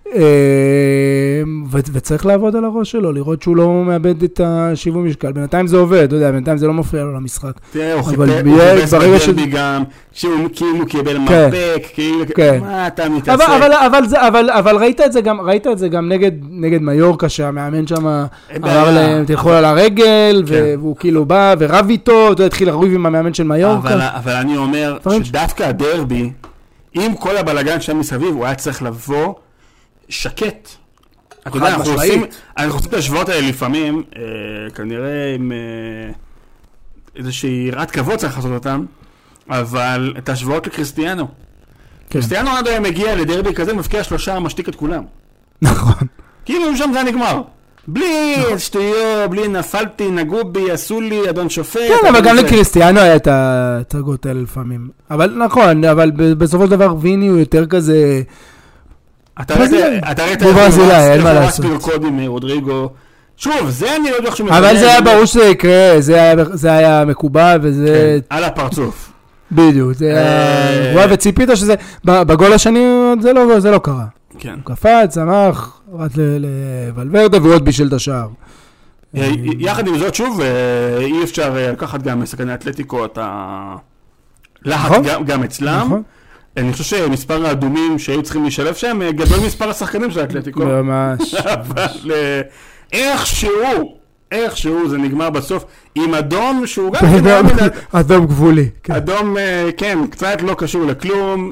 וצריך לעבוד על הראש שלו, לראות שהוא לא מאבד את השיווי משקל. בינתיים זה עובד, אתה יודע, בינתיים זה לא מפריע לו למשחק. תראה, הוא חיפש בדרבי גם, שהוא קיבל מרפק, מה אתה מתעסק? אבל ראית את זה גם נגד מיורקה, שהמאמן שם אמר להם, תלכו על הרגל, והוא כאילו בא ורב איתו, אתה התחיל לריב עם המאמן של מיורקה. אבל אני אומר שדווקא הדרבי, עם כל הבלגן שם מסביב, הוא היה צריך לבוא שקט. אתה יודע, אנחנו עושים, אנחנו עושים את השוואות האלה לפעמים, כנראה עם איזושהי יראת כבוד צריך לעשות אותם, אבל את השוואות לקריסטיאנו. קריסטיאנו עד היום מגיע לדרבי כזה, מפקיע שלושה, משתיק את כולם. נכון. כאילו שם זה נגמר. בלי שטויות, בלי נפלתי, נגעו בי, עשו לי, אדון שופט. כן, אבל גם לקריסטיאנו היה את ההצגות האלה לפעמים. אבל נכון, אבל בסופו של דבר ויני הוא יותר כזה... אתה ראית אין מה לעשות. לרקוד עם רודריגו. שוב, זה אני לא יודע איך אבל זה היה ברור שזה יקרה, זה היה מקובל וזה... על הפרצוף. בדיוק, זה היה... רואה וציפית שזה... בגול השני זה לא קרה. כן. הוא קפץ, צמח, רץ לוולברדה ועוד בישל את השער. יחד עם זאת, שוב, אי אפשר לקחת גם מסכני אתלטיקו את הלחץ גם אצלם. אני חושב שמספר האדומים שהיו צריכים להישלב שם, גדול מספר השחקנים של האתלטיקו. ממש. אבל איכשהו, איכשהו זה נגמר בסוף עם אדום שהוא גם... אדום גבולי. אדום, כן, קצת לא קשור לכלום.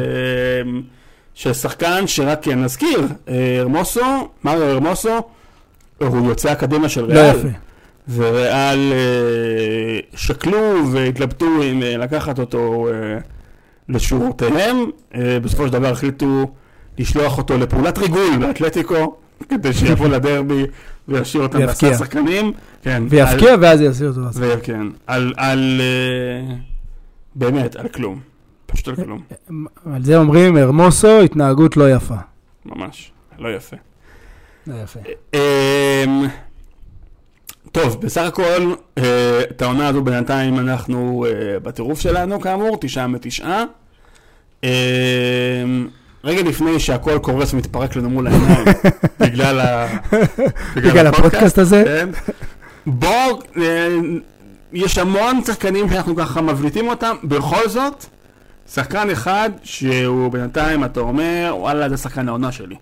של שחקן שרק נזכיר, הרמוסו, מריו הרמוסו, הוא יוצא אקדמיה של ריאל. לא יפה. וריאל שקלו והתלבטו אם לקחת אותו לשורותיהם. בסופו של דבר החליטו לשלוח אותו לפעולת ריגול באתלטיקו, כדי שיבוא לדרבי וישאיר אותם בעשרה שחקנים. ויפקיע ואז יעשיר אותו. וכן, על... באמת, על כלום. פשוט על כלום. על זה אומרים, הרמוסו, התנהגות לא יפה. ממש, לא יפה. לא יפה. טוב, בסך הכל, את העונה הזו בינתיים אנחנו בטירוף שלנו, כאמור, תשעה מתשעה. רגע לפני שהכל קורס ומתפרק לנו מול העיניים, בגלל הפודקאסט הזה. בואו, יש המון שחקנים שאנחנו ככה מבליטים אותם, בכל זאת, שחקן אחד שהוא בינתיים, אתה אומר, וואלה, זה שחקן העונה שלי.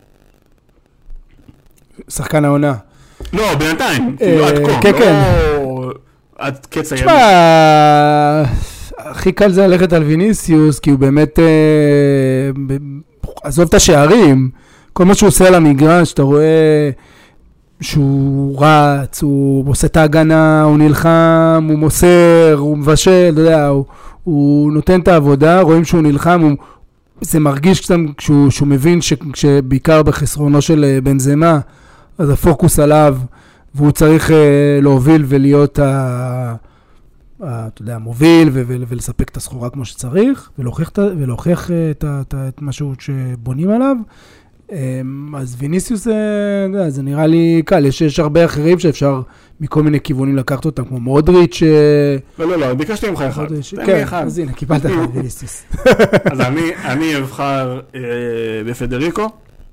שחקן העונה. לא, בינתיים, כאילו עד כה. כן, כן. עד קץ הימים. תשמע, הכי קל זה ללכת על ויניסיוס, כי הוא באמת, עזוב את השערים, כל מה שהוא עושה על המגרש, אתה רואה שהוא רץ, הוא עושה את ההגנה, הוא נלחם, הוא מוסר, הוא מבשל, אתה יודע, הוא... הוא נותן את העבודה, רואים שהוא נלחם, הוא, זה מרגיש קצת כשהוא, שהוא מבין ש, שבעיקר בחסרונו של בנזמה, אז הפוקוס עליו, והוא צריך uh, להוביל ולהיות, ה, ה, אתה יודע, מוביל ו, ו, ולספק את הסחורה כמו שצריך, ולהוכיח, ולהוכיח את, את, את משהו שבונים עליו. אז ויניסיוס זה, זה נראה לי קל, יש, יש הרבה אחרים שאפשר מכל מיני כיוונים לקחת אותם, כמו מודריץ'. לא, לא, לא, ביקשתי ממך אחד. כן, אז הנה, קיבלת אחד ויניסיוס. אז אני אבחר בפדריקו,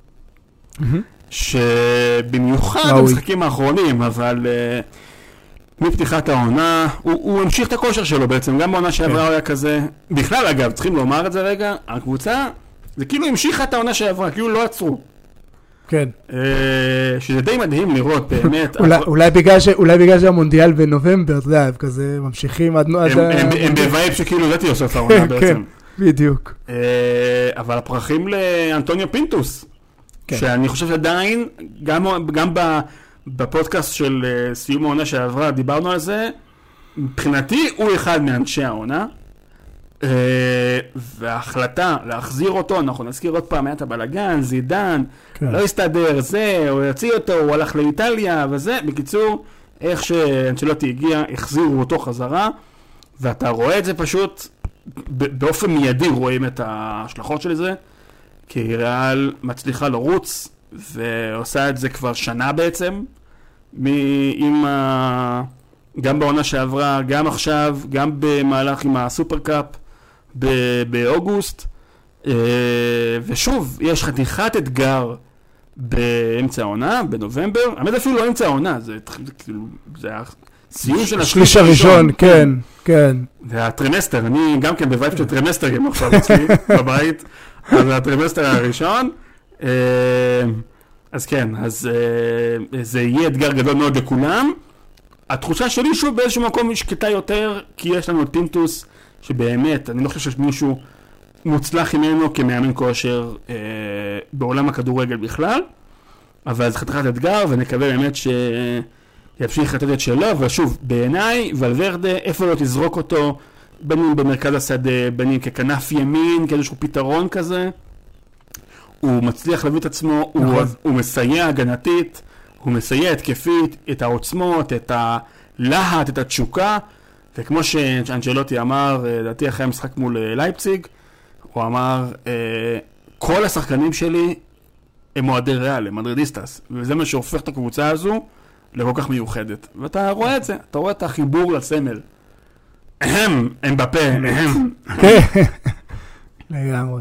שבמיוחד במשחקים האחרונים, אבל מפתיחת העונה, הוא המשיך את הכושר שלו בעצם, גם בעונה שעברה היה כזה. בכלל, אגב, צריכים לומר את זה רגע, הקבוצה, זה כאילו המשיכה את העונה שעברה, כאילו לא עצרו. כן. שזה די מדהים לראות, באמת. אולי בגלל שהמונדיאל בנובמבר, אתה יודע, הם כזה ממשיכים עד... הם בווייב שכילו זה תהיה סוף העונה בעצם. כן, בדיוק. אבל הפרחים לאנטוניו פינטוס, שאני חושב שעדיין, גם בפודקאסט של סיום העונה שעברה, דיברנו על זה, מבחינתי הוא אחד מאנשי העונה, וההחלטה להחזיר אותו, אנחנו נזכיר עוד פעם, היה את הבלגן, זידן, לא הסתדר, זה, הוא יוציא אותו, הוא הלך לאיטליה וזה, בקיצור, איך שאנצ'לוטי הגיע, החזירו אותו חזרה, ואתה רואה את זה פשוט, באופן מיידי רואים את ההשלכות של זה, כי ריאל מצליחה לרוץ, ועושה את זה כבר שנה בעצם, עם ה... גם בעונה שעברה, גם עכשיו, גם במהלך עם הסופר קאפ באוגוסט, ושוב, יש חתיכת אתגר באמצע העונה, בנובמבר, האמת אפילו לא אמצע העונה, זה היה סיום של השליש הראשון, כן, כן. והטרימסטר, אני גם כן בבית של טרימסטרים עכשיו אצלי בבית, אז הטרימסטר הראשון, אז כן, אז זה יהיה אתגר גדול מאוד לכולם. התחושה שלי שוב באיזשהו מקום היא שקטה יותר, כי יש לנו את פינטוס, שבאמת, אני לא חושב שיש מישהו מוצלח ממנו כמאמן כושר אה, בעולם הכדורגל בכלל, אבל זה חתיכת אתגר, ונקווה באמת שימשיך לתת את שלו, ושוב, בעיניי, ולוורדה, איפה לא תזרוק אותו, בין אם במרכז השדה, בין אם ככנף ימין, כאיזשהו פתרון כזה, הוא מצליח להביא את עצמו, הוא, הוא מסייע הגנתית, הוא מסייע התקפית, את העוצמות, את הלהט, את התשוקה, וכמו שאנצ'לוטי אמר, לדעתי אחרי המשחק מול לייפציג, הוא אמר, כל השחקנים שלי הם מועדי ריאל, הם מדרידיסטס, וזה מה שהופך את הקבוצה הזו לכל כך מיוחדת. ואתה רואה את זה, אתה רואה את החיבור לסמל. אהם, הם בפה, אהם. כן, לגמרי.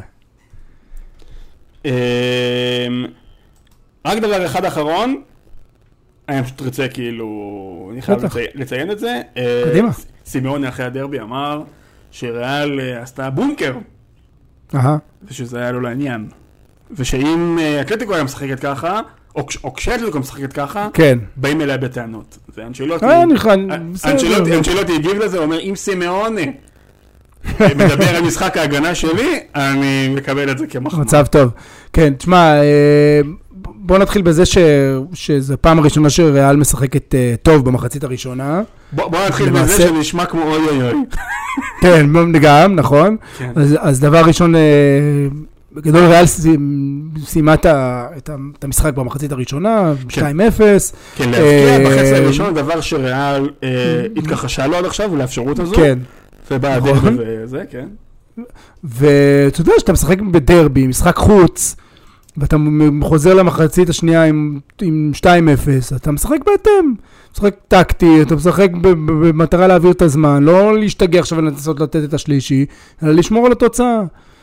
רק דבר אחד אחרון, אני פשוט רוצה כאילו, אני חייב לציין את זה. קדימה. סימיוני אחרי הדרבי אמר שריאל עשתה בונקר, ושזה היה לו לעניין. ושאם אתלטיקו היה משחקת ככה, או כשאתלטיקו משחקת ככה, באים אליה בטענות. זה אנצ'לוטי. אנצ'לוטי הגיב לזה, הוא אומר, אם סימיוני מדבר על משחק ההגנה שלי, אני מקבל את זה כמחמאה. מצב טוב. כן, תשמע, בוא נתחיל בזה שזו פעם הראשונה שריאל משחקת טוב במחצית הראשונה. בוא נתחיל בזה שנשמע כמו אוי אוי אוי. כן, גם, נכון. אז דבר ראשון, בגדול ריאל סיימה את המשחק במחצית הראשונה, שתיים אפס. כן, להפקיע בחצי הראשון, דבר שריאל התכחשה לו עד עכשיו, ולאפשרות הזו. כן. ובא הדרבי וזה, כן. ואתה יודע שאתה משחק בדרבי, משחק חוץ, ואתה חוזר למחצית השנייה עם שתיים אפס, אתה משחק בהתאם, משחק טקטי, אתה משחק במטרה להעביר את הזמן, לא להשתגע עכשיו ולנסות לתת את השלישי, אלא לשמור על התוצאה.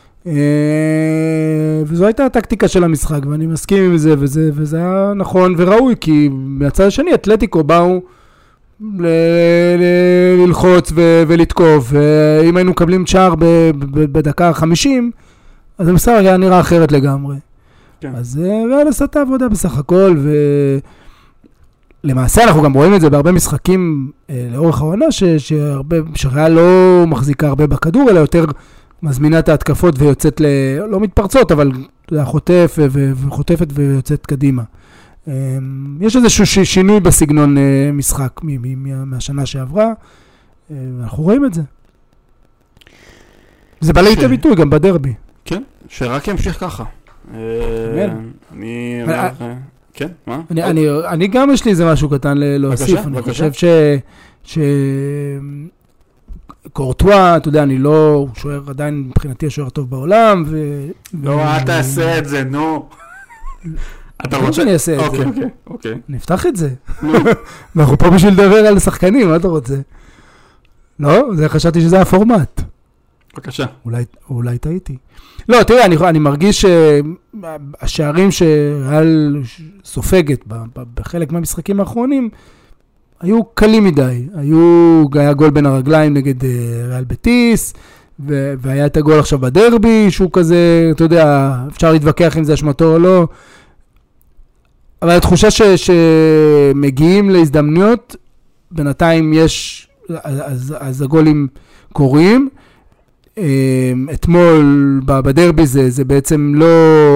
וזו הייתה הטקטיקה של המשחק, ואני מסכים עם זה, וזה היה נכון וראוי, כי מהצד השני, אתלטיקו באו ללחוץ ולתקוף, ואם היינו מקבלים שער בדקה חמישים, אז המשחק היה נראה אחרת לגמרי. אז ריאל עשה את העבודה בסך הכל, ולמעשה אנחנו גם רואים את זה בהרבה משחקים לאורך העונה, שריאל לא מחזיקה הרבה בכדור, אלא יותר מזמינה את ההתקפות ויוצאת, לא מתפרצות, אבל חוטף וחוטפת ויוצאת קדימה. יש איזשהו שינוי בסגנון משחק מהשנה שעברה, אנחנו רואים את זה. זה בא לידי ביטוי גם בדרבי. כן, שרק ימשיך ככה. אני... כן, מה? אני גם יש לי איזה משהו קטן להוסיף. אני חושב ש... קורטואה, אתה יודע, אני לא... הוא שוער עדיין מבחינתי השוער הטוב בעולם, ו... לא, אל תעשה את זה, נו. אתה רוצה שאני אעשה את זה? אוקיי, אוקיי, אוקיי. נפתח את זה. ואנחנו פה בשביל לדבר על שחקנים, מה אתה רוצה? לא? זה חשבתי שזה הפורמט. בבקשה. אולי טעיתי. לא, תראה, אני, אני מרגיש שהשערים שריאל סופגת בחלק מהמשחקים האחרונים, היו קלים מדי. היו, היה גול בין הרגליים נגד ריאל בטיס, והיה את הגול עכשיו בדרבי, שהוא כזה, אתה יודע, אפשר להתווכח אם זה אשמתו או לא, אבל התחושה ש, שמגיעים להזדמנויות, בינתיים יש, אז, אז הגולים קורים. אתמול בדרבי זה, זה בעצם לא,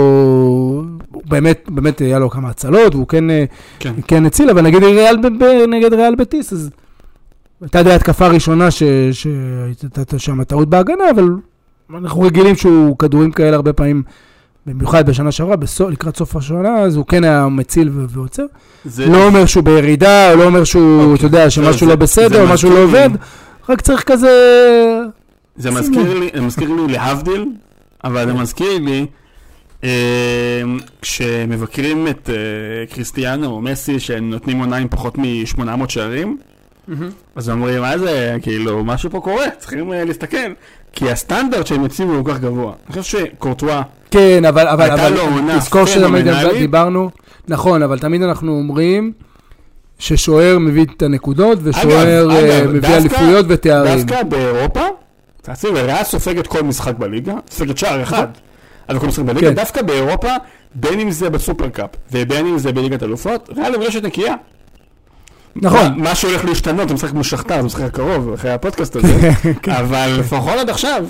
באמת, באמת היה לו כמה הצלות, והוא כן, כן. כן הציל, אבל נגד ריאל, נגד ריאל בטיס, אז הייתה די התקפה ראשונה שהייתה שם טעות בהגנה, אבל אנחנו רגילים שהוא כדורים כאלה הרבה פעמים, במיוחד בשנה שעברה, בסוף, לקראת סוף השנה, אז הוא כן היה מציל ועוצר. זה... לא אומר שהוא בירידה, או לא אומר שהוא, אוקיי. אתה יודע, שמשהו זה, לא בסדר, או משהו לא עובד, רק צריך כזה... זה מזכיר לי, זה מזכיר לי להבדיל, אבל זה מזכיר לי, אה, כשמבקרים את אה, קריסטיאנו או מסי, שהם נותנים עוניים פחות מ-שמונה מאות שערים, אז אומרים, מה זה, כאילו, משהו פה קורה, צריכים uh, להסתכל, כי הסטנדרט שהם יציבו הוא כל כך גבוה. אני חושב שקורטואה, כן, אבל, אבל, אבל, תזכור שתמיד דיברנו, נכון, אבל תמיד אנחנו אומרים, ששוער מביא את הנקודות, ושוער uh, מביא אליפויות ותארים. דווקא באירופה, תעשי, וריאל סופגת כל משחק בליגה, סופגת שער אחד, אבל כל משחק בליגה, כן. דווקא באירופה, בין אם זה בסופר קאפ, ובין אם זה בליגת אלופות, ריאל מרשת נקייה. נכון. מה שהולך להשתנות, זה משחק כמו שכתר, זה משחק הקרוב, אחרי הפודקאסט הזה, אבל לפחות עד עכשיו.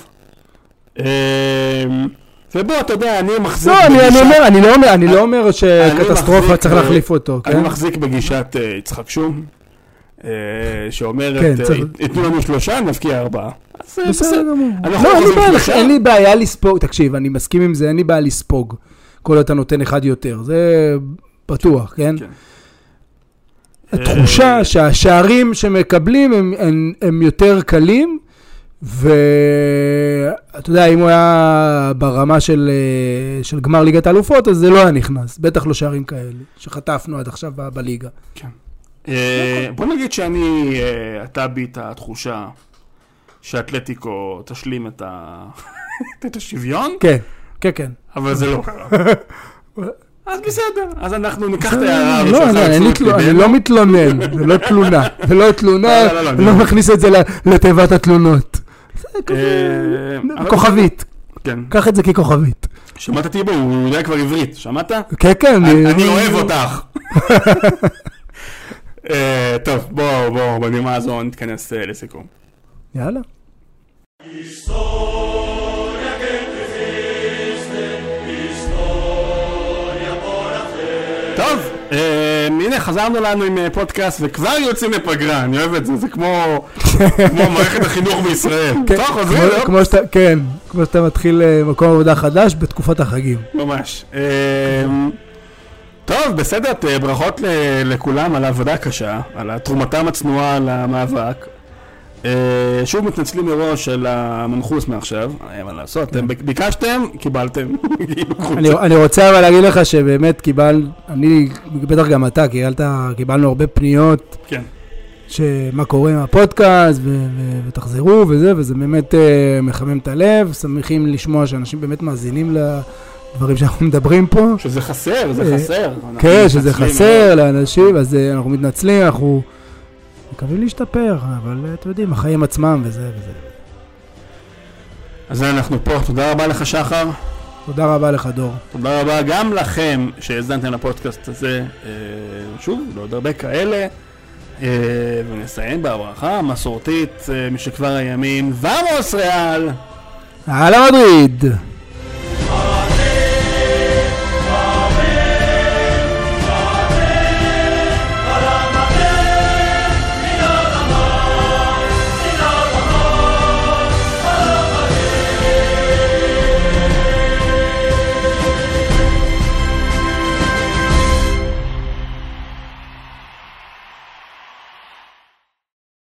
ובוא, אתה יודע, אני מחזיק בגישת... לא, אני לא אומר שקטסטרופה צריך להחליף אותו. אני מחזיק בגישת יצחק שום, שאומרת, יתנו לנו שלושה, נבקיע ארבעה. בסדר גמור. לא, אין לי בעיה לספוג, תקשיב, אני מסכים עם זה, אין לי בעיה לספוג. כל אתה נותן אחד יותר, זה בטוח, כן? התחושה שהשערים שמקבלים הם, הם, הם יותר קלים, ואתה יודע, אם הוא היה ברמה של, של גמר ליגת האלופות, אז זה לא היה נכנס, בטח לא שערים כאלה, שחטפנו עד עכשיו ב- בליגה. כן. בוא נגיד שאני, אתה בי את התחושה שאתלטיקו תשלים את ה... את השוויון? כן, כן, כן. אבל זה לא קרה. אז בסדר, אז אנחנו ניקח את ההערה. לא, אני לא מתלונן, זה לא תלונה, זה לא תלונה, אני לא מכניס את זה לתיבת התלונות. כוכבית. כן. קח את זה ככוכבית. שמעת טיבו, הוא יודע כבר עברית, שמעת? כן, כן. אני אוהב אותך. טוב, בואו, בואו, בנימה הזו נתכנס לסיכום. יאללה. טוב, הנה חזרנו לנו עם פודקאסט וכבר יוצאים לפגרה, אני אוהב את זה, זה כמו מערכת החינוך בישראל. כן, כמו שאתה מתחיל מקום עבודה חדש בתקופת החגים. ממש. טוב, בסדר, ברכות לכולם על העבודה הקשה, על תרומתם הצנועה למאבק. שוב מתנצלים מראש על המנחוס מעכשיו, מה לעשות, אתם ביקשתם, קיבלתם. אני רוצה אבל להגיד לך שבאמת קיבל, אני, בטח גם אתה, קיבלנו הרבה פניות, שמה קורה עם הפודקאסט, ותחזרו וזה, וזה באמת מחמם את הלב, שמחים לשמוע שאנשים באמת מאזינים לדברים שאנחנו מדברים פה. שזה חסר, זה חסר. כן, שזה חסר לאנשים, אז אנחנו מתנצלים, אנחנו... מקווים להשתפר, אבל אתם יודעים, החיים עצמם וזה וזה. אז אנחנו פה, תודה רבה לך שחר. תודה רבה לך דור. תודה רבה גם לכם שהזנתם לפודקאסט הזה. שוב, לא עוד הרבה כאלה. ונסיים בהברכה המסורתית משכבר הימים. ואמוס ריאל! הלאה מדריד!